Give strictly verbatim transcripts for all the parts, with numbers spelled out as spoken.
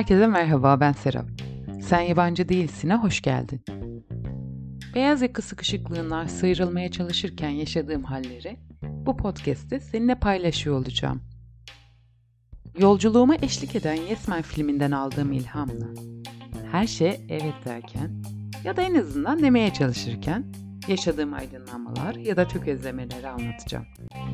Herkese merhaba, ben Serap. Sen Yabancı Değilsin'e hoş geldin. Beyaz yaka sıkışıklığından sıyrılmaya çalışırken yaşadığım halleri bu podcast'te seninle paylaşıyor olacağım. Yolculuğuma eşlik eden Yes Man filminden aldığım ilhamla her şeye evet derken ya da en azından demeye çalışırken yaşadığım aydınlanmalar ya da tökezlemeleri anlatacağım.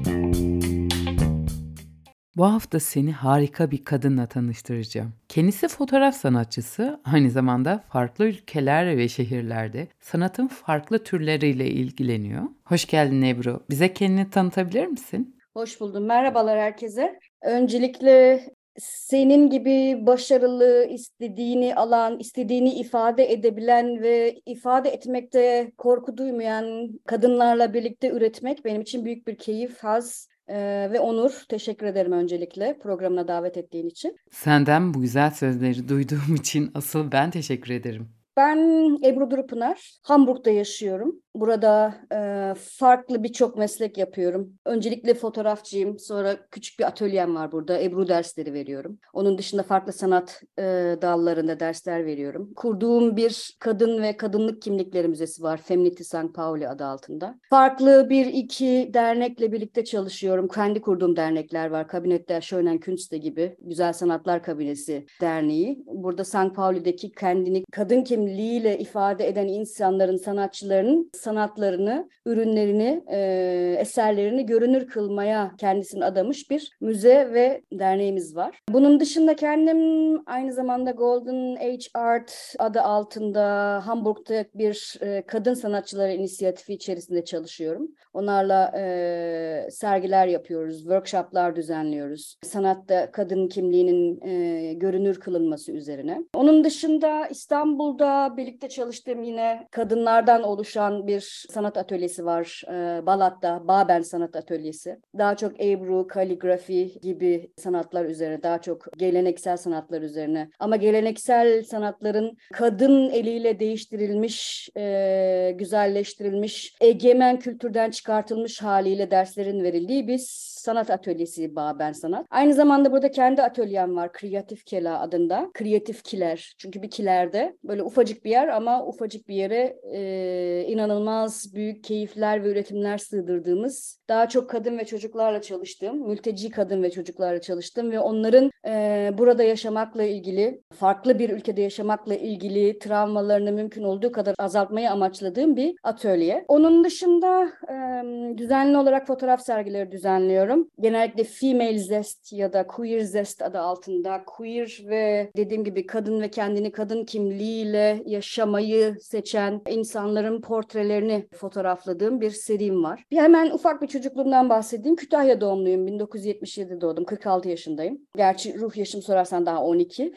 Bu hafta seni harika bir kadınla tanıştıracağım. Kendisi fotoğraf sanatçısı, aynı zamanda farklı ülkeler ve şehirlerde sanatın farklı türleriyle ilgileniyor. Hoş geldin Ebru. Bize kendini tanıtabilir misin? Hoş buldum. Merhabalar herkese. Öncelikle senin gibi başarılı, istediğini alan, istediğini ifade edebilen ve ifade etmekte korku duymayan kadınlarla birlikte üretmek benim için büyük bir keyif, haz Ee, ve onur. Teşekkür ederim öncelikle programına davet ettiğin için. Senden bu güzel sözleri duyduğum için asıl ben teşekkür ederim. Ben Ebru Durupınar, Hamburg'da yaşıyorum. Burada e, farklı birçok meslek yapıyorum. Öncelikle fotoğrafçıyım, sonra küçük bir atölyem var burada. Ebru dersleri veriyorum. Onun dışında farklı sanat e, dallarında dersler veriyorum. Kurduğum bir kadın ve kadınlık kimlikleri müzesi var, Feminity Sankt Pauli adı altında. Farklı bir iki dernekle birlikte çalışıyorum. Kendi kurduğum dernekler var. Kabinett der Schönen Künste gibi, Güzel Sanatlar Kabinesi Derneği. Burada Sankt Pauli'deki kendini kadın kimliği liğiyle ifade eden insanların, sanatçıların sanatlarını, ürünlerini, e, eserlerini görünür kılmaya kendisini adamış bir müze ve derneğimiz var. Bunun dışında kendim aynı zamanda Golden Age Art adı altında Hamburg'da bir e, kadın sanatçıları inisiyatifi içerisinde çalışıyorum. Onlarla e, sergiler yapıyoruz, workshoplar düzenliyoruz. Sanatta kadın kimliğinin e, görünür kılınması üzerine. Onun dışında İstanbul'da birlikte çalıştığım yine kadınlardan oluşan bir sanat atölyesi var. Ee, Balat'ta Bağben Sanat Atölyesi. Daha çok Ebru, kaligrafi gibi sanatlar üzerine, daha çok geleneksel sanatlar üzerine. Ama geleneksel sanatların kadın eliyle değiştirilmiş, e, güzelleştirilmiş, egemen kültürden çıkartılmış haliyle derslerin verildiği bir sanat atölyesi Bağben Sanat. Aynı zamanda burada kendi atölyem var, Kreatif Kela adında. Kreatif Kiler. Çünkü bir kilerde böyle ufacık bir yer ama ufacık bir yere e, inanılmaz büyük keyifler ve üretimler sığdırdığımız, daha çok kadın ve çocuklarla çalıştığım, mülteci kadın ve çocuklarla çalıştım ve onların e, burada yaşamakla ilgili, farklı bir ülkede yaşamakla ilgili travmalarını mümkün olduğu kadar azaltmayı amaçladığım bir atölye. Onun dışında e, düzenli olarak fotoğraf sergileri düzenliyorum. Genellikle Female Zest ya da Queer Zest adı altında queer ve dediğim gibi kadın ve kendini kadın kimliğiyle yaşamayı seçen insanların portrelerini fotoğrafladığım bir serim var. Bir hemen ufak bir çocukluğumdan bahsedeyim. Kütahya doğumluyum. bin dokuz yüz yetmiş yedi doğdum. kırk altı yaşındayım. Gerçi ruh yaşım sorarsan daha on iki.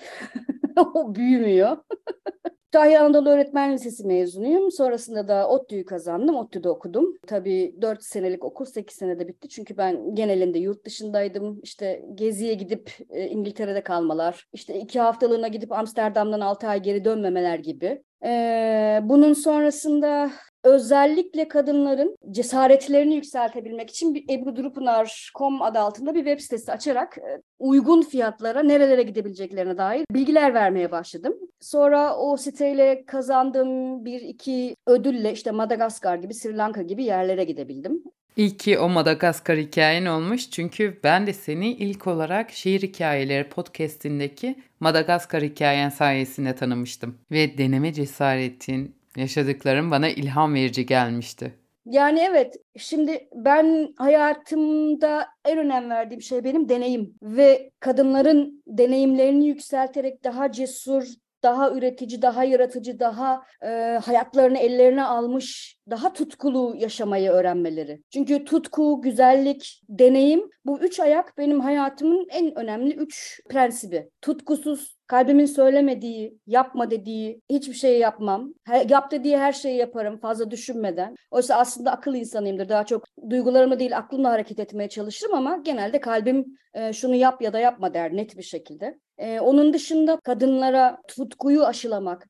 O büyümüyor. Kütahya Anadolu Öğretmen Lisesi mezunuyum. Sonrasında da ODTÜ'yü kazandım. ODTÜ'de okudum. Tabii dört senelik okul sekiz senede bitti. Çünkü ben genelinde yurt dışındaydım. İşte geziye gidip e, İngiltere'de kalmalar, İşte iki haftalığına gidip Amsterdam'dan altı ay geri dönmemeler gibi. Ee, bunun sonrasında özellikle kadınların cesaretlerini yükseltebilmek için bir ebru durupınar nokta com adı altında bir web sitesi açarak e, uygun fiyatlara nerelere gidebileceklerine dair bilgiler vermeye başladım. Sonra o siteyle kazandığım bir iki ödülle işte Madagaskar gibi, Sri Lanka gibi yerlere gidebildim. İyi ki o Madagaskar hikayen olmuş, çünkü ben de seni ilk olarak Şehir Hikayeleri podcast'indeki Madagaskar hikayen sayesinde tanımıştım. Ve deneme cesaretin, yaşadıkların bana ilham verici gelmişti. Yani evet, şimdi ben hayatımda en önem verdiğim şey benim deneyim ve kadınların deneyimlerini yükselterek daha cesur, daha üretici, daha yaratıcı, daha e, hayatlarını ellerine almış, daha tutkulu yaşamayı öğrenmeleri. Çünkü tutku, güzellik, deneyim, bu üç ayak benim hayatımın en önemli üç prensibi. Tutkusuz, kalbimin söylemediği, yapma dediği hiçbir şey yapmam. Her, yap dediği her şeyi yaparım fazla düşünmeden. Oysa aslında akıl insanıyımdır. Daha çok duygularımı değil aklımla hareket etmeye çalışırım ama genelde kalbim e, şunu yap ya da yapma der net bir şekilde. Ee, onun dışında kadınlara tutkuyu aşılamak,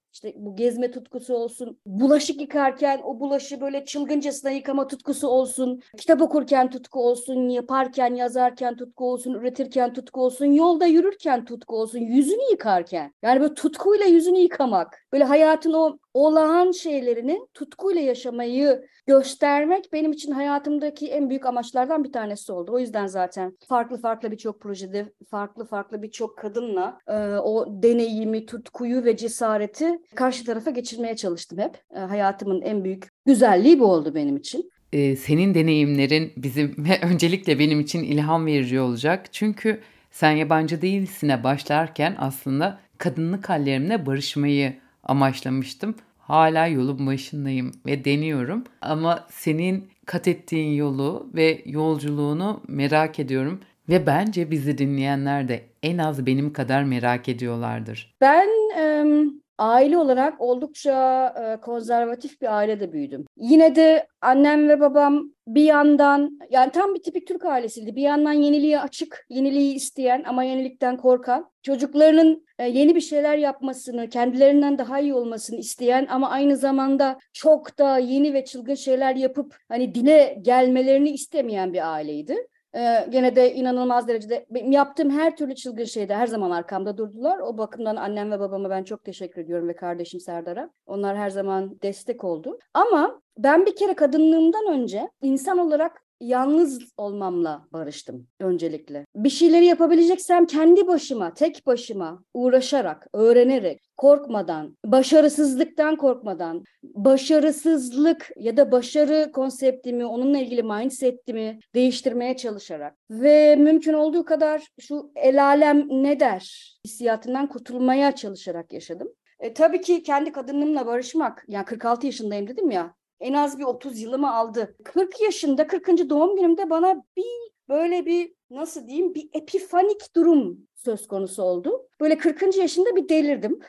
işte bu gezme tutkusu olsun, bulaşık yıkarken o bulaşığı böyle çılgıncasına yıkama tutkusu olsun, kitap okurken tutku olsun, yaparken, yazarken tutku olsun, üretirken tutku olsun, yolda yürürken tutku olsun, yüzünü yıkarken. Yani böyle tutkuyla yüzünü yıkamak, böyle hayatın o olağan şeylerini tutkuyla yaşamayı göstermek benim için hayatımdaki en büyük amaçlardan bir tanesi oldu. O yüzden zaten farklı farklı birçok projede, farklı farklı birçok kadınla e, o deneyimi, tutkuyu ve cesareti karşı tarafa geçirmeye çalıştım hep. E, hayatımın en büyük güzelliği bu oldu benim için. Ee, senin deneyimlerin bizim ve öncelikle benim için ilham verici olacak. Çünkü Sen Yabancı Değilsin'e başlarken aslında kadınlık hallerimle barışmayı amaçlamıştım. Hala yolun başındayım ve deniyorum. Ama senin kat ettiğin yolu ve yolculuğunu merak ediyorum. Ve bence bizi dinleyenler de en az benim kadar merak ediyorlardır. Ben e, aile olarak oldukça e, konservatif bir ailede büyüdüm. Yine de annem ve babam bir yandan, yani tam bir tipik Türk ailesiydi. Bir yandan yeniliğe açık, yeniliği isteyen ama yenilikten korkan, çocuklarının e, yeni bir şeyler yapmasını, kendilerinden daha iyi olmasını isteyen ama aynı zamanda çok da yeni ve çılgın şeyler yapıp hani dile gelmelerini istemeyen bir aileydi. Ee, gene de inanılmaz derecede benim yaptığım her türlü çılgın şeyde her zaman arkamda durdular. O bakımdan annem ve babama ben çok teşekkür ediyorum ve kardeşim Serdar'a. Onlar her zaman destek oldu. Ama ben bir kere kadınlığımdan önce insan olarak yalnız olmamla barıştım öncelikle. Bir şeyleri yapabileceksem kendi başıma, tek başıma uğraşarak, öğrenerek, korkmadan, başarısızlıktan korkmadan, başarısızlık ya da başarı konseptimi, onunla ilgili mindset'imi değiştirmeye çalışarak ve mümkün olduğu kadar şu el alem ne der hissiyatından kurtulmaya çalışarak yaşadım. E, tabii ki kendi kadınlığımla barışmak, yani kırk altı yaşındayım dedim ya, en az bir otuz yılımı aldı. kırk yaşında, kırkıncı doğum günümde bana bir böyle bir nasıl diyeyim bir epifanik durum söz konusu oldu. Böyle kırkıncı yaşında bir delirdim.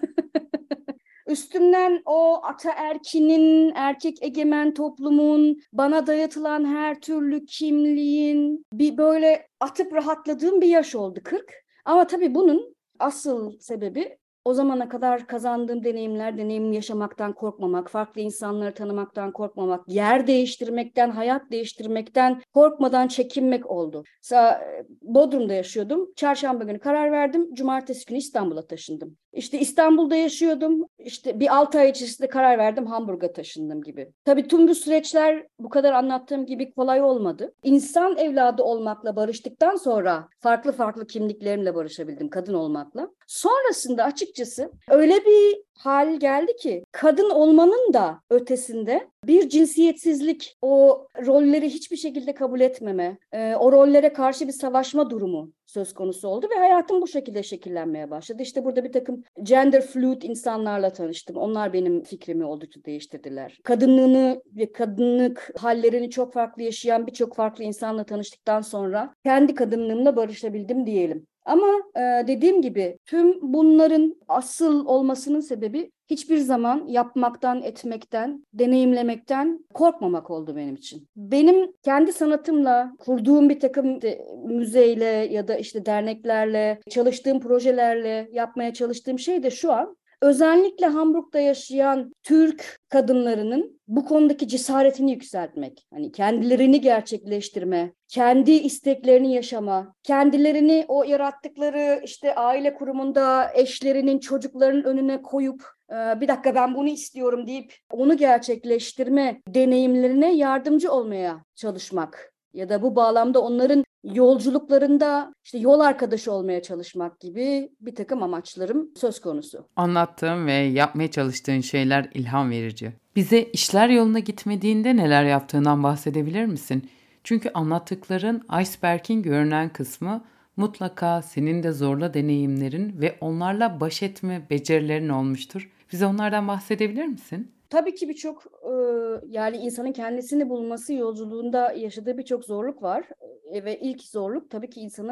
Üstümden o ataerkinin, erkek egemen toplumun, bana dayatılan her türlü kimliğin bir böyle atıp rahatladığım bir yaş oldu kırk. Ama tabii bunun asıl sebebi o zamana kadar kazandığım deneyimler, deneyim yaşamaktan korkmamak, farklı insanları tanımaktan korkmamak, yer değiştirmekten, hayat değiştirmekten korkmadan çekinmek oldu. Mesela Bodrum'da yaşıyordum. Çarşamba günü karar verdim. Cumartesi günü İstanbul'a taşındım. İşte İstanbul'da yaşıyordum. İşte bir altı ay içerisinde karar verdim. Hamburg'a taşındım gibi. Tabii tüm bu süreçler bu kadar anlattığım gibi kolay olmadı. İnsan evladı olmakla barıştıktan sonra farklı farklı kimliklerimle barışabildim kadın olmakla. Sonrasında açıkçası öyle bir hal geldi ki kadın olmanın da ötesinde bir cinsiyetsizlik, o rolleri hiçbir şekilde kabul etmeme, o rollere karşı bir savaşma durumu söz konusu oldu ve hayatım bu şekilde şekillenmeye başladı. İşte burada bir takım gender fluid insanlarla tanıştım. Onlar benim fikrimi oldukça değiştirdiler. Kadınlığını ve kadınlık hallerini çok farklı yaşayan birçok farklı insanla tanıştıktan sonra kendi kadınlığımla barışabildim diyelim. Ama e, dediğim gibi tüm bunların asıl olmasının sebebi hiçbir zaman yapmaktan, etmekten, deneyimlemekten korkmamak oldu benim için. Benim kendi sanatımla kurduğum bir takım işte, müzeyle ya da işte derneklerle, çalıştığım projelerle yapmaya çalıştığım şey de şu an özellikle Hamburg'da yaşayan Türk kadınlarının bu konudaki cesaretini yükseltmek. Hani kendilerini gerçekleştirme, kendi isteklerini yaşama, kendilerini o yarattıkları işte aile kurumunda eşlerinin, çocuklarının önüne koyup bir dakika ben bunu istiyorum deyip onu gerçekleştirme deneyimlerine yardımcı olmaya çalışmak. Ya da bu bağlamda onların yolculuklarında işte yol arkadaşı olmaya çalışmak gibi bir takım amaçlarım söz konusu. Anlattığın ve yapmaya çalıştığın şeyler ilham verici. Bize işler yoluna gitmediğinde neler yaptığından bahsedebilir misin? Çünkü anlattıkların iceberg'in görünen kısmı mutlaka senin de zorla deneyimlerin ve onlarla baş etme becerilerin olmuştur. Bize onlardan bahsedebilir misin? Tabii ki birçok e, yani insanın kendisini bulması yolculuğunda yaşadığı birçok zorluk var. E, ve ilk zorluk tabii ki insanın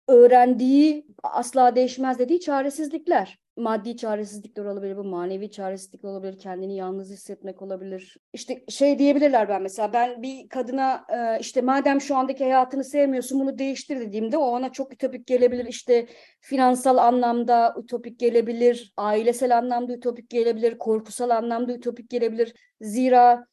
öğrendiği asla değişmez dediği çaresizlikler. Maddi çaresizlikler olabilir, bu manevi çaresizlik olabilir, kendini yalnız hissetmek olabilir. İşte şey diyebilirler, ben mesela ben bir kadına e, işte madem şu andaki hayatını sevmiyorsun bunu değiştir dediğimde o ona çok ütopik gelebilir. İşte finansal anlamda ütopik gelebilir, ailesel anlamda ütopik gelebilir, korkusal anlamda ütopik gelebilir. Zira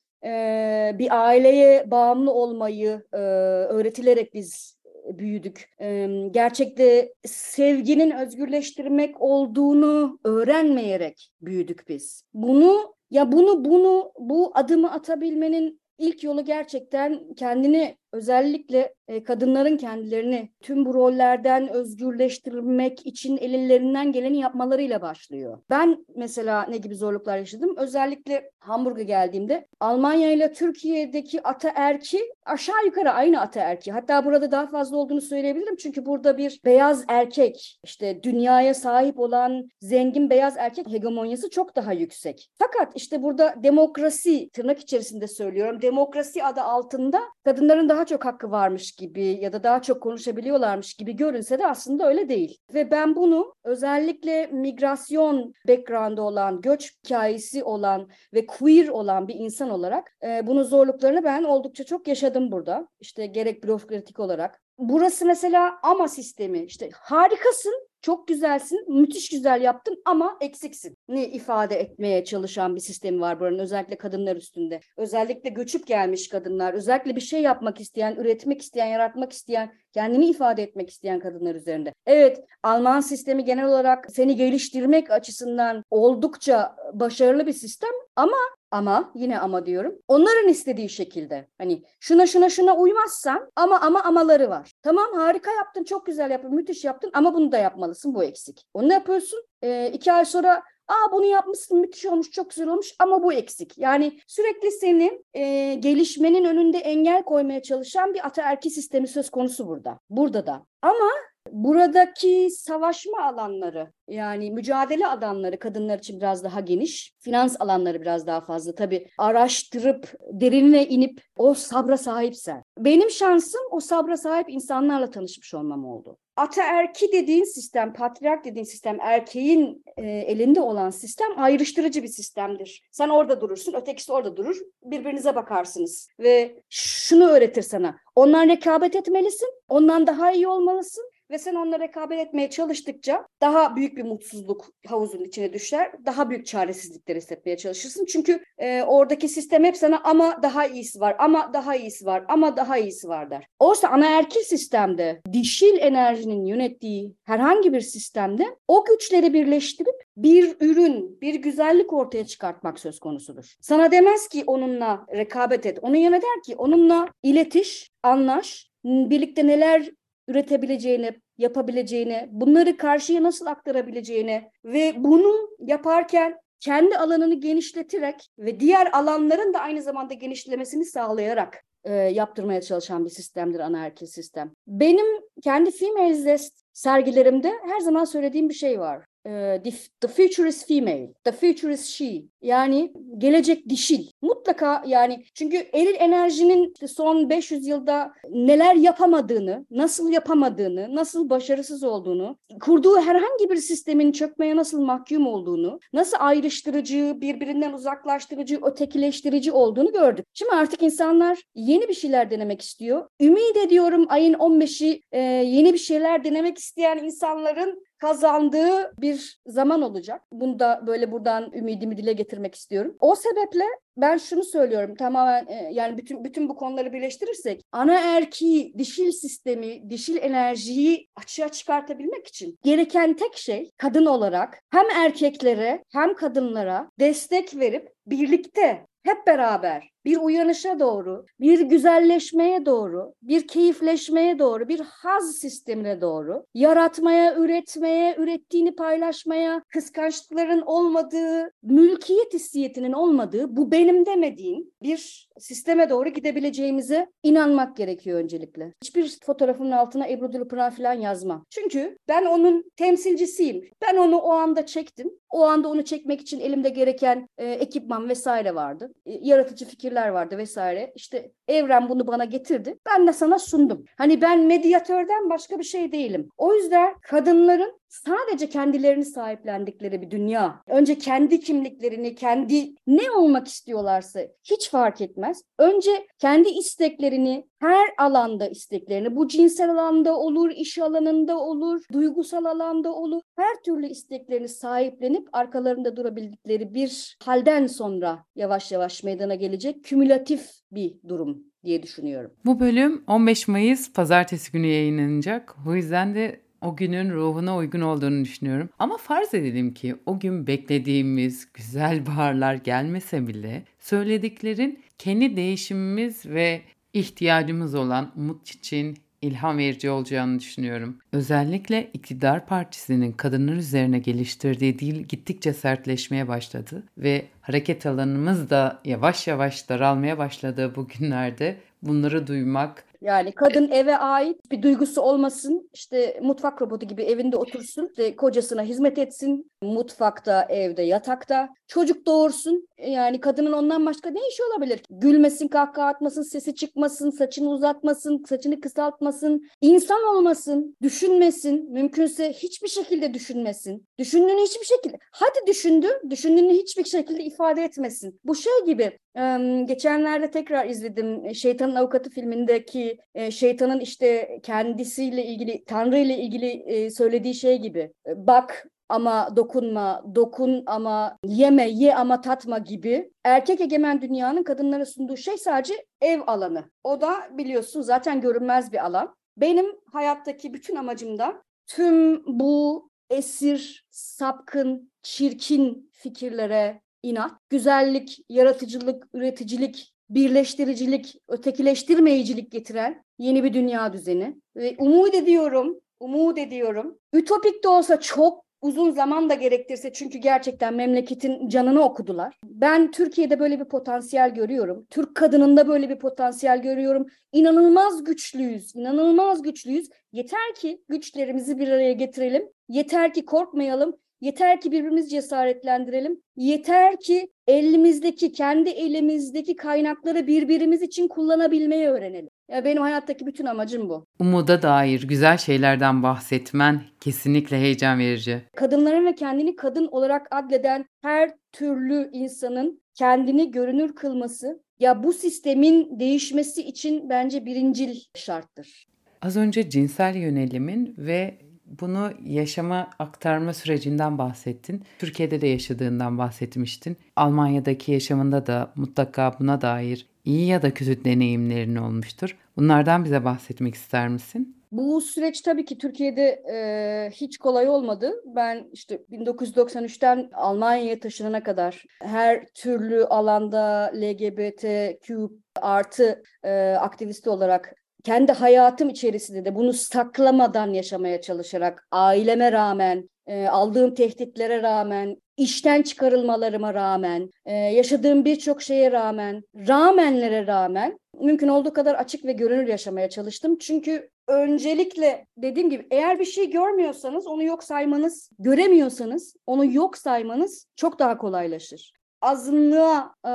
e, bir aileye bağımlı olmayı e, öğretilerek biz büyüdük. Gerçekte sevginin özgürleştirmek olduğunu öğrenmeyerek büyüdük biz. Bunu ya bunu bunu bu adımı atabilmenin ilk yolu gerçekten kendini, özellikle e, kadınların kendilerini tüm bu rollerden özgürleştirmek için ellerinden geleni yapmalarıyla başlıyor. Ben mesela ne gibi zorluklar yaşadım? Özellikle Hamburg'a geldiğimde Almanya ile Türkiye'deki ataerki aşağı yukarı aynı ataerki. Hatta burada daha fazla olduğunu söyleyebilirim. Çünkü burada bir beyaz erkek, işte dünyaya sahip olan zengin beyaz erkek hegemonyası çok daha yüksek. Fakat işte burada demokrasi, tırnak içerisinde söylüyorum, demokrasi adı altında kadınların daha çok hakkı varmış gibi ya da daha çok konuşabiliyorlarmış gibi görünse de aslında öyle değil. Ve ben bunu özellikle migrasyon background'ı olan, göç hikayesi olan ve queer olan bir insan olarak e, bunun zorluklarını ben oldukça çok yaşadım burada. İşte gerek bürokratik olarak. Burası mesela ama sistemi, işte harikasın, çok güzelsin, müthiş güzel yaptın ama eksiksin ni ifade etmeye çalışan bir sistemi var buranın, özellikle kadınlar üstünde. Özellikle göçüp gelmiş kadınlar, özellikle bir şey yapmak isteyen, üretmek isteyen, yaratmak isteyen, kendini ifade etmek isteyen kadınlar üzerinde. Evet, Alman sistemi genel olarak seni geliştirmek açısından oldukça başarılı bir sistem ama Ama yine ama diyorum. Onların istediği şekilde. Hani şuna şuna şuna uymazsan ama ama amaları var. Tamam, harika yaptın, çok güzel yaptın, müthiş yaptın ama bunu da yapmalısın, bu eksik. Onu yapıyorsun. E, iki ay sonra aa bunu yapmışsın, müthiş olmuş, çok güzel olmuş ama bu eksik. Yani sürekli senin e, gelişmenin önünde engel koymaya çalışan bir ataerki sistemi söz konusu burada. Burada da. Ama buradaki savaşma alanları, yani mücadele alanları kadınlar için biraz daha geniş. Finans alanları biraz daha fazla. Tabii araştırıp, derinine inip o sabra sahipsen. Benim şansım o sabra sahip insanlarla tanışmış olmam oldu. Ataerki dediğin sistem, patriark dediğin sistem, erkeğin e, elinde olan sistem ayrıştırıcı bir sistemdir. Sen orada durursun, ötekisi orada durur. Birbirinize bakarsınız ve şunu öğretir sana. Ondan rekabet etmelisin, ondan daha iyi olmalısın. Ve sen onunla rekabet etmeye çalıştıkça daha büyük bir mutsuzluk havuzunun içine düşer. Daha büyük çaresizlikler hissetmeye çalışırsın. Çünkü e, oradaki sistem hep sana ama daha iyisi var, ama daha iyisi var, ama daha iyisi var der. Oysa anaerkil sistemde, dişil enerjinin yönettiği herhangi bir sistemde o güçleri birleştirip bir ürün, bir güzellik ortaya çıkartmak söz konusudur. Sana demez ki onunla rekabet et. Onun yerine der ki onunla iletiş, anlaş, birlikte neler üretebileceğini, yapabileceğini, bunları karşıya nasıl aktarabileceğini ve bunu yaparken kendi alanını genişleterek ve diğer alanların da aynı zamanda genişlemesini sağlayarak e, yaptırmaya çalışan bir sistemdir anaerkil sistem. Benim kendi Female Zest sergilerimde her zaman söylediğim bir şey var. The, the future is female, the future is she. Yani gelecek dişil. Mutlaka, yani çünkü eril enerjinin son beş yüz yılda neler yapamadığını, nasıl yapamadığını, nasıl başarısız olduğunu, kurduğu herhangi bir sistemin çökmeye nasıl mahkum olduğunu, nasıl ayrıştırıcı, birbirinden uzaklaştırıcı, ötekileştirici olduğunu gördük. Şimdi artık insanlar yeni bir şeyler denemek istiyor. Ümit ediyorum ayın on beşi e, yeni bir şeyler denemek isteyen insanların kazandığı bir zaman olacak. Bunu da böyle buradan ümidimi dile getirmek istiyorum. O sebeple ben şunu söylüyorum, tamamen e, yani bütün bütün bu konuları birleştirirsek anaerki, dişil sistemi, dişil enerjiyi açığa çıkartabilmek için gereken tek şey kadın olarak hem erkeklere hem kadınlara destek verip birlikte hep beraber bir uyanışa doğru, bir güzelleşmeye doğru, bir keyifleşmeye doğru, bir haz sistemine doğru, yaratmaya, üretmeye, ürettiğini paylaşmaya, kıskançlıkların olmadığı, mülkiyet hissiyetinin olmadığı, bu benim demediğin bir sisteme doğru gidebileceğimize inanmak gerekiyor öncelikle. Hiçbir fotoğrafımın altına Ebru Duru falan yazmam. Çünkü ben onun temsilcisiyim. Ben onu o anda çektim. O anda onu çekmek için elimde gereken e, ekipman vesaire vardı. E, yaratıcı fikirler vardı vesaire. İşte evren bunu bana getirdi. Ben de sana sundum. Hani ben medyatörden başka bir şey değilim. O yüzden kadınların sadece kendilerini sahiplendikleri bir dünya. Önce kendi kimliklerini, kendi ne olmak istiyorlarsa hiç fark etmez. Önce kendi isteklerini, her alanda isteklerini, bu cinsel alanda olur, iş alanında olur, duygusal alanda olur. Her türlü isteklerini sahiplenip arkalarında durabildikleri bir halden sonra yavaş yavaş meydana gelecek kümülatif bir durum diye düşünüyorum. Bu bölüm on beş Mayıs Pazartesi günü yayınlanacak. O yüzden de o günün ruhuna uygun olduğunu düşünüyorum. Ama farz edelim ki o gün beklediğimiz güzel baharlar gelmese bile söylediklerin kendi değişimimiz ve ihtiyacımız olan umut için ilham verici olacağını düşünüyorum. Özellikle iktidar partisinin kadınlar üzerine geliştirdiği dil gittikçe sertleşmeye başladı ve hareket alanımız da yavaş yavaş daralmaya başladığı bu günlerde bunları duymak. Yani kadın eve ait bir duygusu olmasın, işte mutfak robotu gibi evinde otursun, işte kocasına hizmet etsin, mutfakta, evde, yatakta, çocuk doğursun. Yani kadının ondan başka ne işi olabilir? Gülmesin, kahkaha atmasın, sesi çıkmasın, saçını uzatmasın, saçını kısaltmasın, insan olmasın, düşünmesin, mümkünse hiçbir şekilde düşünmesin. Düşündüğünü hiçbir şekilde, hadi düşündü, düşündüğünü hiçbir şekilde ifade etmesin. Bu şey gibi, geçenlerde tekrar izledim Şeytanın Avukatı filmindeki şeytanın işte kendisiyle ilgili, Tanrı ile ilgili söylediği şey gibi. Bak ama dokunma, dokun ama yeme, ye ama tatma gibi. Erkek egemen dünyanın kadınlara sunduğu şey sadece ev alanı. O da biliyorsun zaten görünmez bir alan. Benim hayattaki bütün amacım da tüm bu esir, sapkın, çirkin fikirlere inat, güzellik, yaratıcılık, üreticilik, birleştiricilik, ötekileştirmeyicilik getiren yeni bir dünya düzeni. Ve umut ediyorum, umut ediyorum. Ütopik de olsa çok uzun zaman da gerektirse, çünkü gerçekten memleketin canını okudular. Ben Türkiye'de böyle bir potansiyel görüyorum. Türk kadınında böyle bir potansiyel görüyorum. İnanılmaz güçlüyüz, inanılmaz güçlüyüz. Yeter ki güçlerimizi bir araya getirelim. Yeter ki korkmayalım. Yeter ki birbirimizi cesaretlendirelim. Yeter ki elimizdeki, kendi elimizdeki kaynakları birbirimiz için kullanabilmeyi öğrenelim. Ya benim hayattaki bütün amacım bu. Umuda dair güzel şeylerden bahsetmen kesinlikle heyecan verici. Kadınların ve kendini kadın olarak adleden her türlü insanın kendini görünür kılması, ya bu sistemin değişmesi için bence birincil şarttır. Az önce cinsel yönelimin ve bunu yaşama aktarma sürecinden bahsettin. Türkiye'de de yaşadığından bahsetmiştin. Almanya'daki yaşamında da mutlaka buna dair iyi ya da kötü deneyimlerin olmuştur. Bunlardan bize bahsetmek ister misin? Bu süreç tabii ki Türkiye'de e, hiç kolay olmadı. Ben işte bin dokuz yüz doksan üçten Almanya'ya taşınana kadar her türlü alanda L G B T Q artı e, aktivisti olarak kendi hayatım içerisinde de bunu saklamadan yaşamaya çalışarak, aileme rağmen, e, aldığım tehditlere rağmen, işten çıkarılmalarıma rağmen, e, yaşadığım birçok şeye rağmen, rağmenlere rağmen mümkün olduğu kadar açık ve görünür yaşamaya çalıştım. Çünkü öncelikle dediğim gibi eğer bir şey görmüyorsanız onu yok saymanız, göremiyorsanız onu yok saymanız çok daha kolaylaşır. Azınlığa e,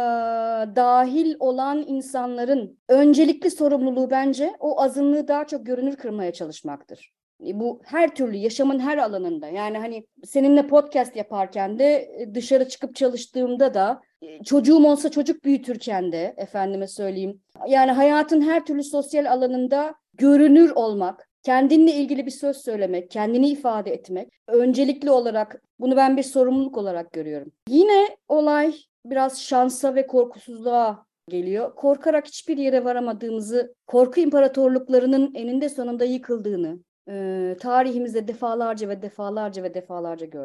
dahil olan insanların öncelikli sorumluluğu bence o azınlığı daha çok görünür kılmaya çalışmaktır. Bu her türlü yaşamın her alanında, yani hani seninle podcast yaparken de, dışarı çıkıp çalıştığımda da, çocuğum olsa çocuk büyütürken de, efendime söyleyeyim, yani hayatın her türlü sosyal alanında görünür olmak, kendinle ilgili bir söz söylemek, kendini ifade etmek öncelikli olarak, bunu ben bir sorumluluk olarak görüyorum. Yine olay biraz şansa ve korkusuzluğa geliyor. Korkarak hiçbir yere varamadığımızı, korku imparatorluklarının eninde sonunda yıkıldığını e, tarihimizde defalarca ve defalarca ve defalarca gördük.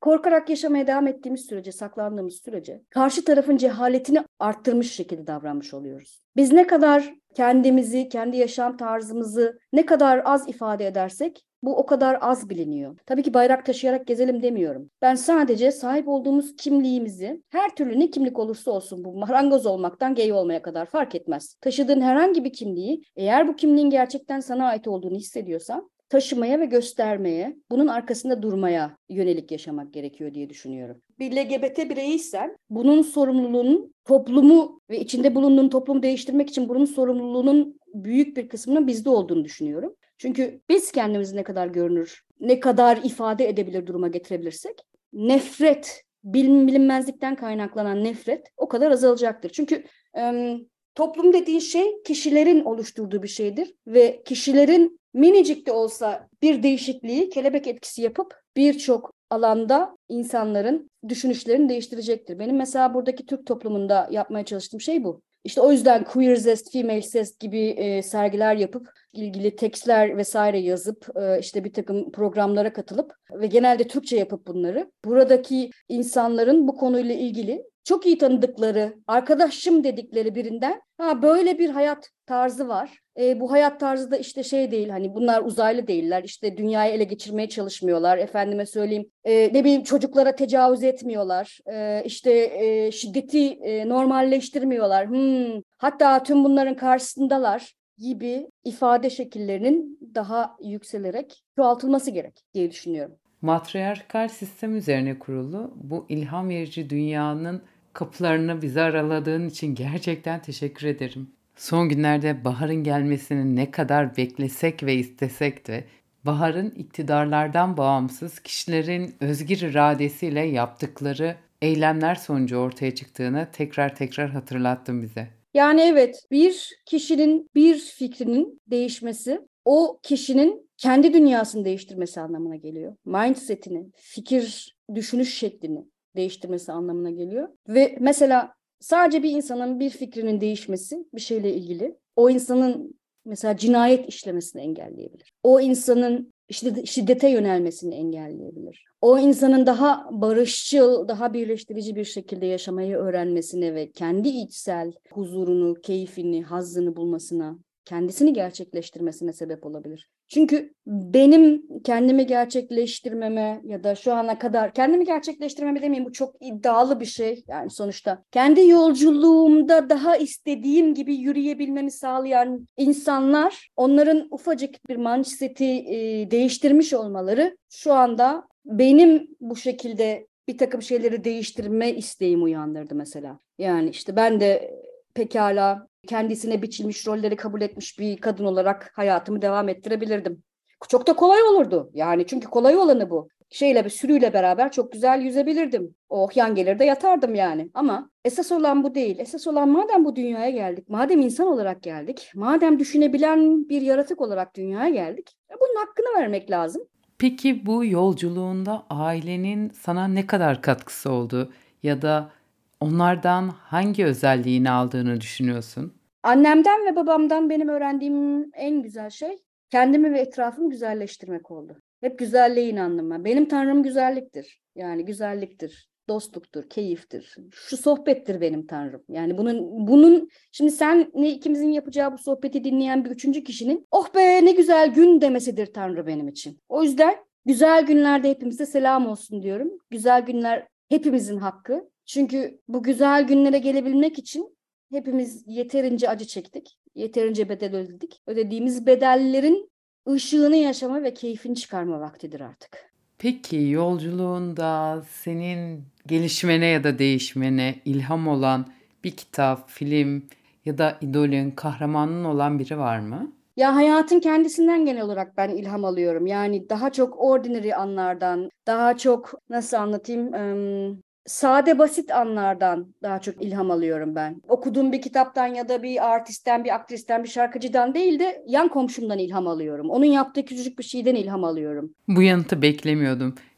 korkarak yaşamaya devam ettiğimiz sürece, saklandığımız sürece karşı tarafın cehaletini arttırmış şekilde davranmış oluyoruz. Biz ne kadar kendimizi, kendi yaşam tarzımızı ne kadar az ifade edersek bu o kadar az biliniyor. Tabii ki bayrak taşıyarak gezelim demiyorum. Ben sadece sahip olduğumuz kimliğimizi, her türlü ne kimlik olursa olsun, bu marangoz olmaktan gay olmaya kadar fark etmez. Taşıdığın herhangi bir kimliği, eğer bu kimliğin gerçekten sana ait olduğunu hissediyorsan, taşımaya ve göstermeye, bunun arkasında durmaya yönelik yaşamak gerekiyor diye düşünüyorum. Bir L G B T bireyiysen bunun sorumluluğunun toplumu ve içinde bulunduğun toplumu değiştirmek için bunun sorumluluğunun büyük bir kısmının bizde olduğunu düşünüyorum. Çünkü biz kendimizi ne kadar görünür, ne kadar ifade edebilir duruma getirebilirsek, nefret, bilim, bilinmezlikten kaynaklanan nefret o kadar azalacaktır. Çünkü e, toplum dediğin şey kişilerin oluşturduğu bir şeydir ve kişilerin minicik de olsa bir değişikliği kelebek etkisi yapıp birçok alanda insanların düşünüşlerini değiştirecektir. Benim mesela buradaki Türk toplumunda yapmaya çalıştığım şey bu. İşte o yüzden Queer Zest, Female Zest gibi e, sergiler yapıp, ilgili tekstler vesaire yazıp, e, işte bir takım programlara katılıp ve genelde Türkçe yapıp bunları, buradaki insanların bu konuyla ilgili çok iyi tanıdıkları, arkadaşım dedikleri birinden, ha böyle bir hayat tarzı var. E, bu hayat tarzı da işte şey değil, hani bunlar uzaylı değiller, işte dünyayı ele geçirmeye çalışmıyorlar, efendime söyleyeyim, e, ne bileyim çocuklara tecavüz etmiyorlar, e, işte e, şiddeti e, normalleştirmiyorlar, hmm, hatta tüm bunların karşısındalar gibi ifade şekillerinin daha yükselerek çoğaltılması gerek diye düşünüyorum. Matriarkal sistem üzerine kurulu bu ilham verici dünyanın kapılarını bize araladığın için gerçekten teşekkür ederim. Son günlerde baharın gelmesini ne kadar beklesek ve istesek de baharın iktidarlardan bağımsız kişilerin özgür iradesiyle yaptıkları eylemler sonucu ortaya çıktığını tekrar tekrar hatırlattın bize. Yani evet, bir kişinin bir fikrinin değişmesi o kişinin kendi dünyasını değiştirmesi anlamına geliyor. Mindset'ini, fikir, düşünüş şeklini değiştirmesi anlamına geliyor. Ve mesela sadece bir insanın bir fikrinin değişmesi bir şeyle ilgili o insanın mesela cinayet işlemesini engelleyebilir. O insanın işte şiddete yönelmesini engelleyebilir. O insanın daha barışçıl, daha birleştirici bir şekilde yaşamayı öğrenmesine ve kendi içsel huzurunu, keyfini, hazzını bulmasına, kendisini gerçekleştirmesine sebep olabilir. Çünkü benim kendimi gerçekleştirmeme ya da şu ana kadar kendimi gerçekleştirmeme demeyeyim, bu çok iddialı bir şey. Yani sonuçta kendi yolculuğumda daha istediğim gibi yürüyebilmemi sağlayan insanlar, onların ufacık bir manşeti e, değiştirmiş olmaları şu anda benim bu şekilde bir takım şeyleri değiştirme isteğimi uyandırdı mesela. Yani işte ben de pekala kendisine biçilmiş rolleri kabul etmiş bir kadın olarak hayatımı devam ettirebilirdim. Çok da kolay olurdu. Yani çünkü kolay olanı bu. Şeyle bir sürüyle beraber çok güzel yüzebilirdim. Oh yan gelir de yatardım yani. Ama esas olan bu değil. Esas olan madem bu dünyaya geldik, madem insan olarak geldik, madem düşünebilen bir yaratık olarak dünyaya geldik, bunun hakkını vermek lazım. Peki bu yolculuğunda ailenin sana ne kadar katkısı oldu ya da onlardan hangi özelliğini aldığını düşünüyorsun? Annemden ve babamdan benim öğrendiğim en güzel şey kendimi ve etrafımı güzelleştirmek oldu. Hep güzelliğe inandım ben. Benim tanrım güzelliktir. Yani güzelliktir, dostluktur, keyiftir. Şu sohbettir benim tanrım. Yani bunun bunun şimdi sen ne ikimizin yapacağı bu sohbeti dinleyen bir üçüncü kişinin oh be ne güzel gün demesidir tanrı benim için. O yüzden güzel günlerde hepimize selam olsun diyorum. Güzel günler hepimizin hakkı. Çünkü bu güzel günlere gelebilmek için hepimiz yeterince acı çektik. Yeterince bedel ödedik. Ödediğimiz bedellerin ışığını yaşama ve keyfini çıkarma vaktidir artık. Peki yolculuğunda senin gelişmene ya da değişmene ilham olan bir kitap, film ya da idolün, kahramanın olan biri var mı? Ya hayatın kendisinden genel olarak ben ilham alıyorum. Yani daha çok ordinary anlardan, daha çok nasıl anlatayım, ım, sade basit anlardan daha çok ilham alıyorum ben. Okuduğum bir kitaptan ya da bir artistten, bir aktristen, bir şarkıcıdan değil de yan komşumdan ilham alıyorum. Onun yaptığı küçücük bir şeyden ilham alıyorum. Bu yanıtı beklemiyordum.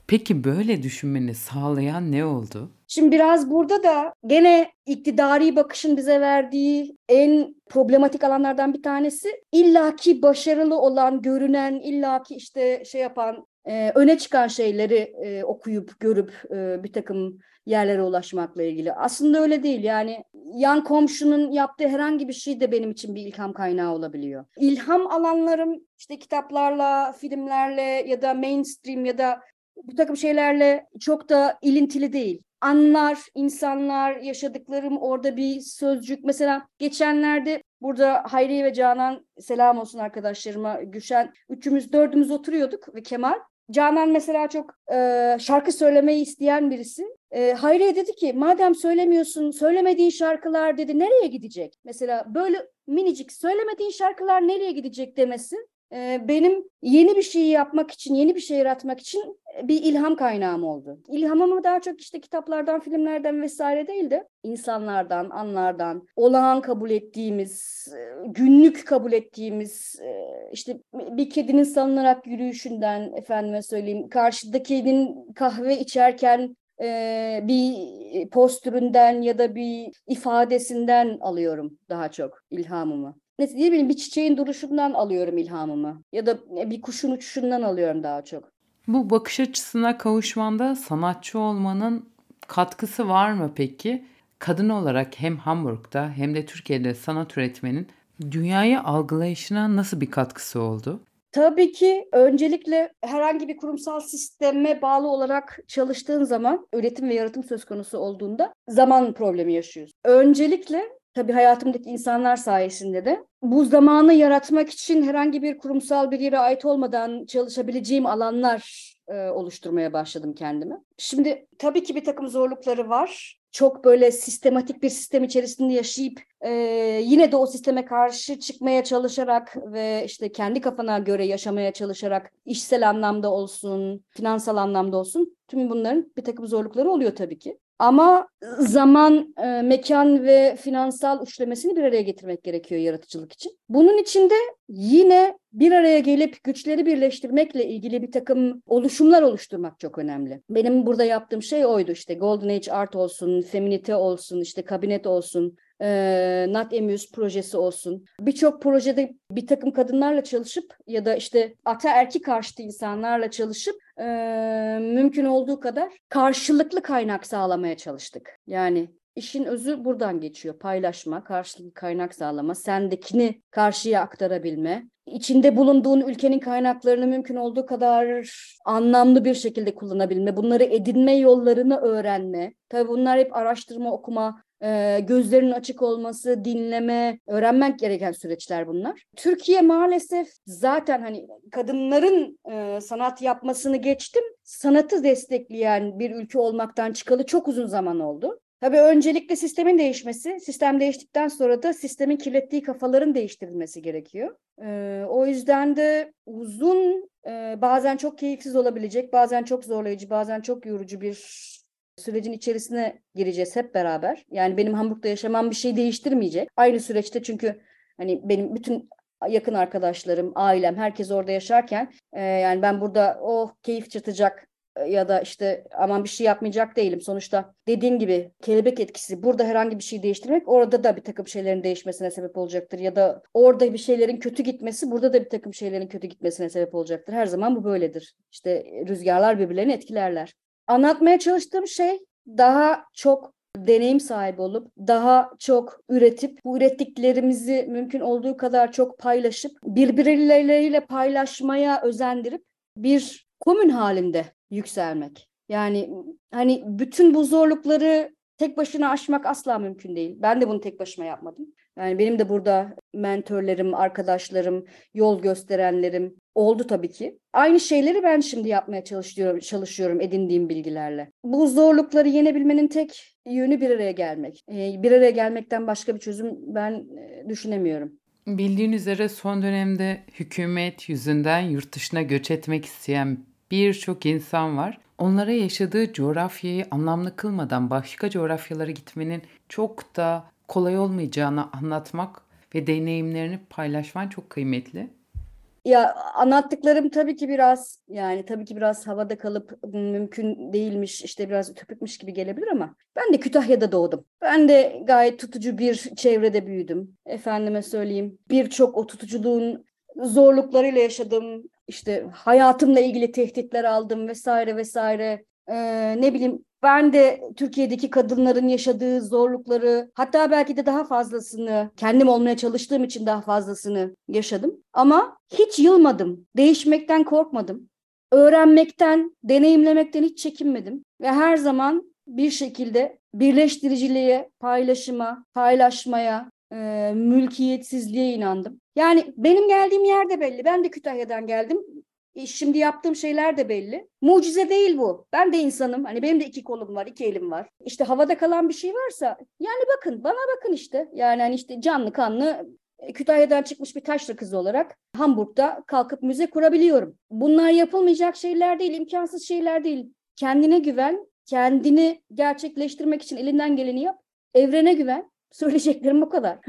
Peki böyle düşünmeni sağlayan ne oldu? Şimdi biraz burada da gene iktidari bakışın bize verdiği en problematik alanlardan bir tanesi illaki başarılı olan, görünen, illaki işte şey yapan, e, öne çıkan şeyleri e, okuyup, görüp e, bir takım yerlere ulaşmakla ilgili. Aslında öyle değil. Yani yan komşunun yaptığı herhangi bir şey de benim için bir ilham kaynağı olabiliyor. İlham alanlarım işte kitaplarla, filmlerle ya da mainstream ya da bu takım şeylerle çok da ilintili değil. Anlar, insanlar, yaşadıklarım, orada bir sözcük. Mesela geçenlerde burada Hayriye ve Canan, selam olsun arkadaşlarıma, Gülşen, üçümüz dördümüz oturuyorduk ve Kemal. Canan mesela çok e, şarkı söylemeyi isteyen birisi. E, Hayriye dedi ki madem söylemiyorsun, söylemediğin şarkılar dedi nereye gidecek? Mesela böyle minicik söylemediğin şarkılar nereye gidecek demesi benim yeni bir şey yapmak için, yeni bir şey yaratmak için bir ilham kaynağım oldu. İlhamımı daha çok işte kitaplardan, filmlerden vesaire değil de insanlardan, anlardan, olağan kabul ettiğimiz, günlük kabul ettiğimiz, işte bir kedinin salınarak yürüyüşünden, efendime söyleyeyim, karşıdakinin kahve içerken bir postüründen ya da bir ifadesinden alıyorum daha çok ilhamımı. Ne bileyim bir çiçeğin duruşundan alıyorum ilhamımı ya da bir kuşun uçuşundan alıyorum daha çok. Bu bakış açısına kavuşmanda sanatçı olmanın katkısı var mı peki? Kadın olarak hem Hamburg'da hem de Türkiye'de sanat üretmenin dünyayı algılayışına nasıl bir katkısı oldu? Tabii ki öncelikle herhangi bir kurumsal sisteme bağlı olarak çalıştığın zaman üretim ve yaratım söz konusu olduğunda zaman problemi yaşıyorsun. Öncelikle tabii hayatımdaki insanlar sayesinde de bu zamanı yaratmak için herhangi bir kurumsal bir yere ait olmadan çalışabileceğim alanlar e, oluşturmaya başladım kendime. Şimdi tabii ki bir takım zorlukları var. Çok böyle sistematik bir sistem içerisinde yaşayıp e, yine de o sisteme karşı çıkmaya çalışarak ve işte kendi kafana göre yaşamaya çalışarak işsel anlamda olsun, finansal anlamda olsun tüm bunların bir takım zorlukları oluyor tabii ki. Ama zaman, e, mekan ve finansal üçlemesini bir araya getirmek gerekiyor yaratıcılık için. Bunun için de yine bir araya gelip güçleri birleştirmekle ilgili bir takım oluşumlar oluşturmak çok önemli. Benim burada yaptığım şey oydu işte Golden Age Art olsun, Feminite olsun, işte Kabinet olsun, e, Not Amused projesi olsun. Birçok projede bir takım kadınlarla çalışıp ya da işte ataerkil karşıtı insanlarla çalışıp e, mümkün olduğu kadar karşılıklı kaynak sağlamaya çalıştık. Yani İşin özü buradan geçiyor. Paylaşma, karşılıklı kaynak sağlama, sendekini karşıya aktarabilme, içinde bulunduğun ülkenin kaynaklarını mümkün olduğu kadar anlamlı bir şekilde kullanabilme, bunları edinme yollarını öğrenme. Tabii bunlar hep araştırma, okuma, e, gözlerinin açık olması, dinleme, öğrenmek gereken süreçler bunlar. Türkiye maalesef zaten hani kadınların e, sanat yapmasını geçtim, sanatı destekleyen bir ülke olmaktan çıkalı çok uzun zaman oldu. Tabii öncelikle sistemin değişmesi, sistem değiştikten sonra da sistemin kirlettiği kafaların değiştirilmesi gerekiyor. Ee, o yüzden de uzun, e, bazen çok keyifsiz olabilecek, bazen çok zorlayıcı, bazen çok yorucu bir sürecin içerisine gireceğiz hep beraber. Yani benim Hamburg'da yaşamam bir şey değiştirmeyecek. Aynı süreçte çünkü hani benim bütün yakın arkadaşlarım, ailem, herkes orada yaşarken e, yani ben burada oh keyif çatacak ya da işte aman bir şey yapmayacak değilim. Sonuçta dediğim gibi kelebek etkisi burada herhangi bir şey değiştirmek orada da bir takım şeylerin değişmesine sebep olacaktır. Ya da orada bir şeylerin kötü gitmesi burada da bir takım şeylerin kötü gitmesine sebep olacaktır. Her zaman bu böyledir. İşte rüzgarlar birbirlerini etkilerler. Anlatmaya çalıştığım şey daha çok deneyim sahibi olup daha çok üretip bu ürettiklerimizi mümkün olduğu kadar çok paylaşıp birbirleriyle paylaşmaya özendirip bir komün halinde yükselmek. Yani hani bütün bu zorlukları tek başına aşmak asla mümkün değil. Ben de bunu tek başıma yapmadım. Yani benim de burada mentörlerim, arkadaşlarım, yol gösterenlerim oldu tabii ki. Aynı şeyleri ben şimdi yapmaya çalışıyorum, çalışıyorum edindiğim bilgilerle. Bu zorlukları yenebilmenin tek yönü bir araya gelmek. Bir araya gelmekten başka bir çözüm ben düşünemiyorum. Bildiğin üzere son dönemde hükümet yüzünden yurt dışına göç etmek isteyen birçok insan var. Onlara yaşadığı coğrafyayı anlamlı kılmadan başka coğrafyalara gitmenin çok da kolay olmayacağını anlatmak ve deneyimlerini paylaşman çok kıymetli. Ya anlattıklarım tabii ki biraz yani tabii ki biraz havada kalıp mümkün değilmiş işte biraz ütopikmiş gibi gelebilir ama ben de Kütahya'da doğdum. Ben de gayet tutucu bir çevrede büyüdüm. Efendime söyleyeyim birçok o tutuculuğun zorluklarıyla yaşadım. İşte hayatımla ilgili tehditler aldım vesaire vesaire. Ee, ne bileyim ben de Türkiye'deki kadınların yaşadığı zorlukları hatta belki de daha fazlasını kendim olmaya çalıştığım için daha fazlasını yaşadım. Ama hiç yılmadım. Değişmekten korkmadım. Öğrenmekten, deneyimlemekten hiç çekinmedim. Ve her zaman bir şekilde birleştiriciliğe, paylaşıma, paylaşmaya, e, mülkiyetsizliğe inandım. Yani benim geldiğim yer de belli. Ben de Kütahya'dan geldim. Şimdi yaptığım şeyler de belli. Mucize değil bu. Ben de insanım. Hani benim de iki kolum var, iki elim var. İşte havada kalan bir şey varsa yani bakın, bana bakın işte. Yani hani işte canlı kanlı Kütahya'dan çıkmış bir taşra kızı olarak Hamburg'da kalkıp müze kurabiliyorum. Bunlar yapılmayacak şeyler değil, imkansız şeyler değil. Kendine güven, kendini gerçekleştirmek için elinden geleni yap. Evrene güven. Söyleyeceklerim bu kadar.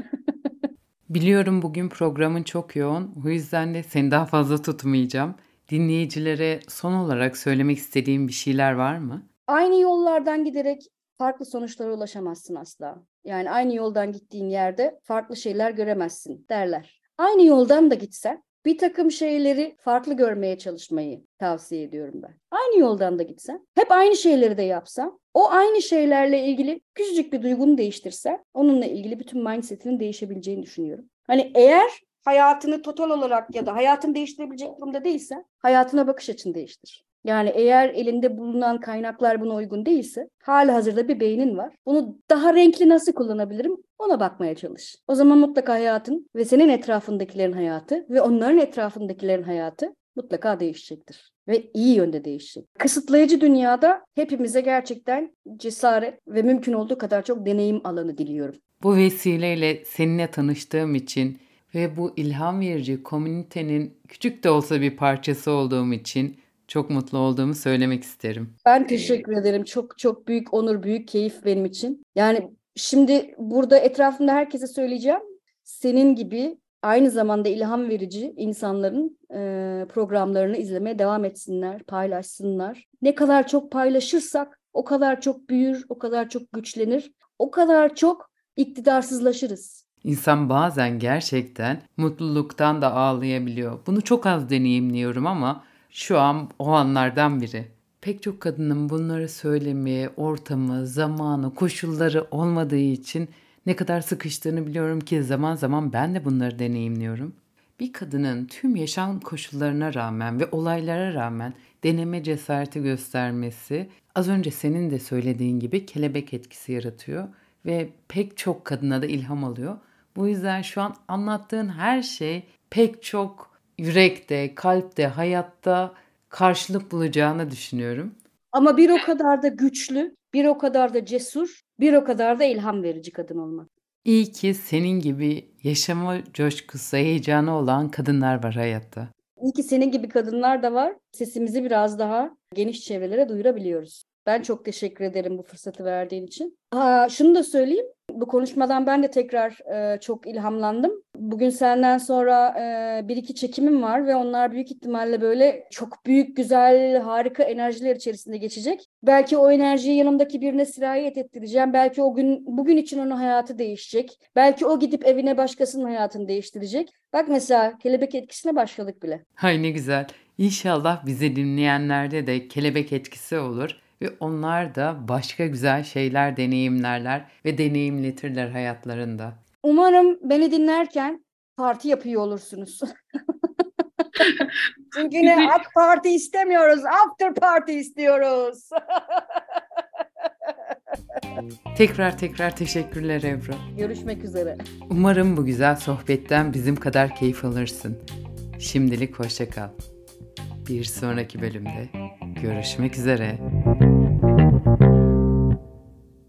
Biliyorum bugün programın çok yoğun. O yüzden de seni daha fazla tutmayacağım. Dinleyicilere son olarak söylemek istediğin bir şeyler var mı? Aynı yollardan giderek farklı sonuçlara ulaşamazsın asla. Yani aynı yoldan gittiğin yerde farklı şeyler göremezsin derler. Aynı yoldan da gitsen bir takım şeyleri farklı görmeye çalışmayı tavsiye ediyorum ben. Aynı yoldan da gitsen, hep aynı şeyleri de yapsan, o aynı şeylerle ilgili küçücük bir duygunu değiştirsen, onunla ilgili bütün mindset'inin değişebileceğini düşünüyorum. Hani eğer hayatını total olarak ya da hayatını değiştirebilecek durumda değilsen, hayatına bakış açını değiştir. Yani eğer elinde bulunan kaynaklar buna uygun değilse, halihazırda bir beynin var. Bunu daha renkli nasıl kullanabilirim? Ona bakmaya çalış. O zaman mutlaka hayatın ve senin etrafındakilerin hayatı ve onların etrafındakilerin hayatı mutlaka değişecektir. Ve iyi yönde değişecek. Kısıtlayıcı dünyada hepimize gerçekten cesaret ve mümkün olduğu kadar çok deneyim alanı diliyorum. Bu vesileyle seninle tanıştığım için ve bu ilham verici komünitenin küçük de olsa bir parçası olduğum için çok mutlu olduğumu söylemek isterim. Ben teşekkür ederim. Çok çok büyük onur, büyük keyif benim için. Yani şimdi burada etrafımda herkese söyleyeceğim. Senin gibi aynı zamanda ilham verici insanların e, programlarını izlemeye devam etsinler, paylaşsınlar. Ne kadar çok paylaşırsak o kadar çok büyür, o kadar çok güçlenir, o kadar çok iktidarsızlaşırız. İnsan bazen gerçekten mutluluktan da ağlayabiliyor. Bunu çok az deneyimliyorum ama şu an o anlardan biri. Pek çok kadının bunları söylemeye ortamı, zamanı, koşulları olmadığı için ne kadar sıkıştığını biliyorum ki zaman zaman ben de bunları deneyimliyorum. Bir kadının tüm yaşam koşullarına rağmen ve olaylara rağmen deneme cesareti göstermesi az önce senin de söylediğin gibi kelebek etkisi yaratıyor ve pek çok kadına da ilham alıyor. Bu yüzden şu an anlattığın her şey pek çok yürekte, kalpte, hayatta karşılık bulacağını düşünüyorum. Ama bir o kadar da güçlü, bir o kadar da cesur, bir o kadar da ilham verici kadın olmak. İyi ki senin gibi yaşama coşkusu, heyecanı olan kadınlar var hayatta. İyi ki senin gibi kadınlar da var. Sesimizi biraz daha geniş çevrelere duyurabiliyoruz. Ben çok teşekkür ederim bu fırsatı verdiğin için. Aa, şunu da söyleyeyim. Bu konuşmadan ben de tekrar e, çok ilhamlandım. Bugün senden sonra e, bir iki çekimim var ve onlar büyük ihtimalle böyle çok büyük, güzel, harika enerjiler içerisinde geçecek. Belki o enerjiyi yanımdaki birine sirayet ettireceğim. Belki o gün bugün için onun hayatı değişecek. Belki o gidip evine başkasının hayatını değiştirecek. Bak mesela kelebek etkisine başladık bile. Hay ne güzel. İnşallah bizi dinleyenlerde de kelebek etkisi olur ve onlar da başka güzel şeyler deneyimlerler ve deneyimletirler hayatlarında. Umarım beni dinlerken parti yapıyor olursunuz. Çünkü ne AK Parti istemiyoruz, after party istiyoruz. Tekrar tekrar teşekkürler Ebru. Görüşmek üzere. Umarım bu güzel sohbetten bizim kadar keyif alırsın. Şimdilik hoşça kal. Bir sonraki bölümde görüşmek üzere.